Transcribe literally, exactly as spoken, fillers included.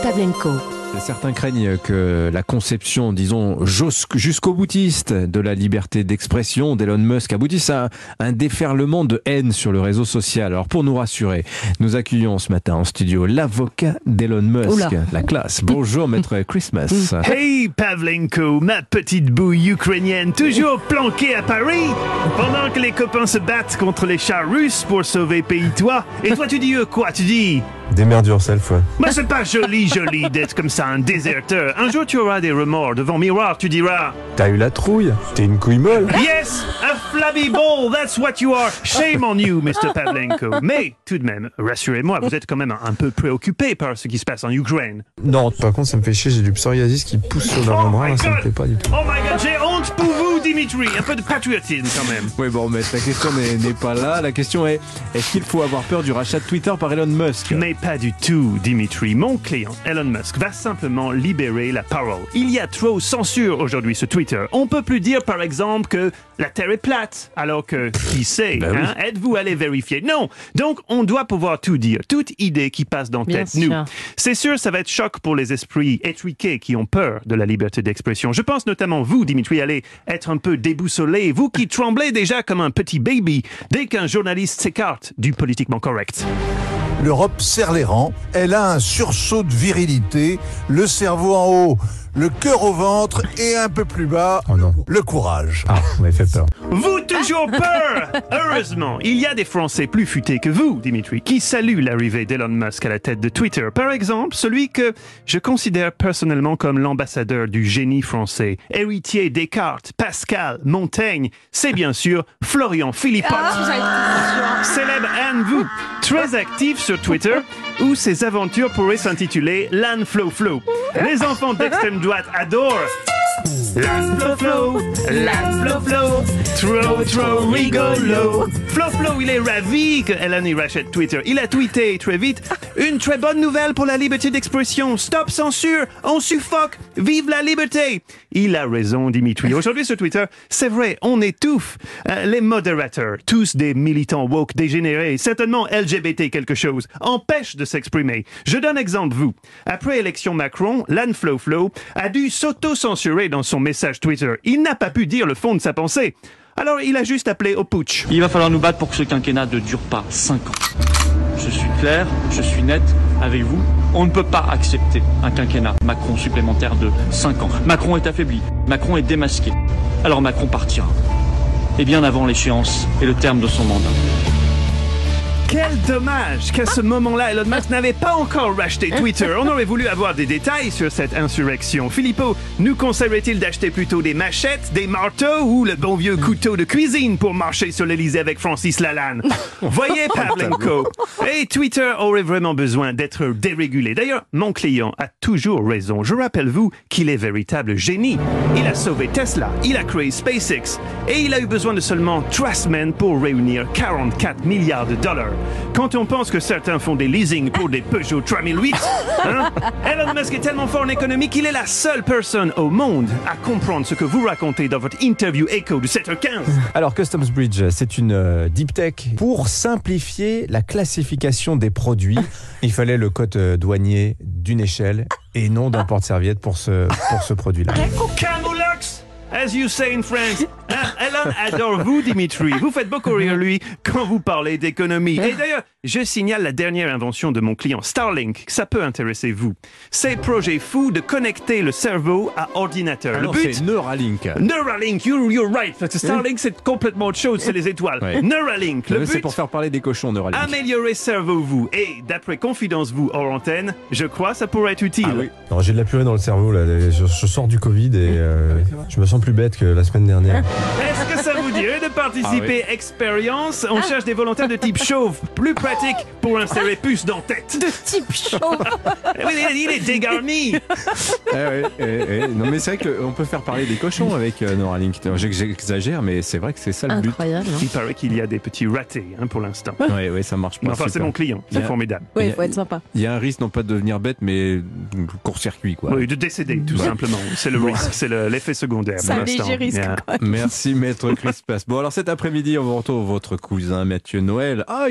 Pavlenko. Certains craignent que la conception, disons, jusqu'au boutiste de la liberté d'expression d'Elon Musk aboutisse à un déferlement de haine sur le réseau social. Alors pour nous rassurer, nous accueillons ce matin en studio l'avocat d'Elon Musk, Oula. la classe. Bonjour maître Christmas. Hey Pavlenko, ma petite bouille ukrainienne, toujours planquée à Paris, pendant que les copains se battent contre les chars russes pour sauver pays toi. Et toi tu dis euh, quoi? Tu dis... Démerde yourself, ouais. Mais c'est pas joli, joli d'être comme ça, un déserteur. Un jour, tu auras des remords. Devant miroir, tu diras... T'as eu la trouille. T'es une couille molle. Yes, a flabby ball, that's what you are. Shame on you, mister Pavlenko. Mais, tout de même, rassurez-moi, vous êtes quand même un peu préoccupé par ce qui se passe en Ukraine. Non, par contre, ça me fait chier, j'ai du psoriasis qui pousse sur l'avant-bras, oh ça me plaît pas du tout. Oh my god, j'ai honte pour vous, Dimitri. Un peu de patriotisme, quand même. Oui, bon, mais la question n'est pas là. La question est, est-ce qu'il faut avoir peur du rachat de Twitter par Elon Musk? Mais pas du tout, Dimitri. Mon client, Elon Musk, va simplement libérer la parole. Il y a trop censure aujourd'hui sur Twitter. On peut plus dire, par exemple, que la Terre est plate, alors que, qui sait, ben hein, oui. Êtes-vous allé vérifier? Non! Donc, on doit pouvoir tout dire, toute idée qui passe dans Bien tête, sûr. nous. C'est sûr, ça va être choc pour les esprits étriqués qui ont peur de la liberté d'expression. Je pense notamment, vous, Dimitri, allez être un peu déboussolé, vous qui tremblez déjà comme un petit baby dès qu'un journaliste s'écarte du politiquement correct. L'Europe serre les rangs, elle a un sursaut de virilité, le cerveau en haut, le cœur au ventre et un peu plus bas, oh non. le courage. Ah, vous m'avez fait peur. Vous toujours peur! Heureusement, il y a des Français plus futés que vous, Dimitri, qui saluent l'arrivée d'Elon Musk à la tête de Twitter. Par exemple, celui que je considère personnellement comme l'ambassadeur du génie français, héritier Descartes, Pascal, Montaigne, c'est bien sûr Florian Philippot. Ah, Célèbre Anne Vu, très actif sur Twitter, où ses aventures pourraient s'intituler Lan Flow Flow. Les enfants d'extrême droite adorent Lan Flow Flow, Lan Flow Flow, trop trop rigolo. Flow Flow, il est ravi que Elon y rachète Twitter. Il a tweeté très vite une très bonne nouvelle pour la liberté d'expression. Stop censure, on suffoque, vive la liberté. Il a raison, Dimitri. Aujourd'hui sur Twitter, c'est vrai, on étouffe. Euh, les modérateurs, tous des militants woke dégénérés, certainement L G B T quelque chose, empêchent de s'exprimer. Je donne exemple, vous. Après élection Macron, Lan Flow Flow a dû s'auto-censurer dans son message Twitter. Il n'a pas pu dire le fond de sa pensée. Alors il a juste appelé au putsch. Il va falloir nous battre pour que ce quinquennat ne dure pas cinq ans. Je suis clair, je suis net avec vous. On ne peut pas accepter un quinquennat Macron supplémentaire de cinq ans. Macron est affaibli, Macron est démasqué. Alors Macron partira. Et bien avant l'échéance et le terme de son mandat. Quel dommage qu'à ce moment-là, Elon Musk n'avait pas encore racheté Twitter. On aurait voulu avoir des détails sur cette insurrection. Philippot, nous conseillerait-il d'acheter plutôt des machettes, des marteaux ou le bon vieux couteau de cuisine pour marcher sur l'Elysée avec Francis Lalanne? Voyez, Pavlenko, et Twitter aurait vraiment besoin d'être dérégulé. D'ailleurs, mon client a toujours raison. Je rappelle-vous qu'il est véritable génie. Il a sauvé Tesla, il a créé SpaceX, et il a eu besoin de seulement trois semaines pour réunir quarante-quatre milliards de dollars. Quand on pense que certains font des leasing pour des Peugeot trois mille huit, hein, Elon Musk est tellement fort en économie qu'il est la seule personne au monde à comprendre ce que vous racontez dans votre interview écho de sept heures quinze. Alors Customs Bridge, c'est une euh, deep tech pour simplifier la classification des produits. Il fallait le code euh, douanier d'une échelle et non d'un porte-serviette pour ce, pour ce produit-là. Camoulox, as you say in France. Hein, Elon adore vous, Dimitri. Vous faites beaucoup rire lui quand vous parlez d'économie. Et d'ailleurs, je signale la dernière invention de mon client, Starlink. Ça peut intéresser vous. C'est projet fou de connecter le cerveau à ordinateur. Ah le non, but, c'est Neuralink. Neuralink, you're, you're right. Parce que Starlink, c'est complètement autre chose, c'est les étoiles. Ouais. Neuralink, le C'est but, pour faire parler des cochons, Neuralink. améliorer cerveau vous. Et d'après confidence vous hors antenne, je crois ça pourrait être utile. Ah oui. Non, j'ai de la purée dans le cerveau, là. Je, je sors du Covid et euh, je me sens plus bête que la semaine dernière. Est-ce que ça vous dirait de participer Ah oui. Expérience? On cherche des volontaires de type chauve, plus pratique pour insérer puce dans tête. De type chauve. Oui, il est dégarni. Eh ouais, eh, eh. Non mais c'est vrai qu'on peut faire parler des cochons avec euh, Neuralink. J'exagère, mais c'est vrai que c'est ça le but. Incroyable. Hein. Il paraît qu'il y a des petits ratés hein, pour l'instant. Ouais, ouais, ça marche pas. Mais enfin, c'est super. mon client, Il y c'est a- formidable. Oui, Il y il a- faut être sympa. Il y a un risque non pas de devenir bête, mais court-circuit quoi. Oui, de décéder, tout simplement. C'est le risque, c'est le- l'effet secondaire. C'est pour un l'instant. léger risque. Yeah. Quoi. Merci maître Chris Pass. Bon alors cet après-midi on vous retrouve votre cousin Mathieu Noël. Ah,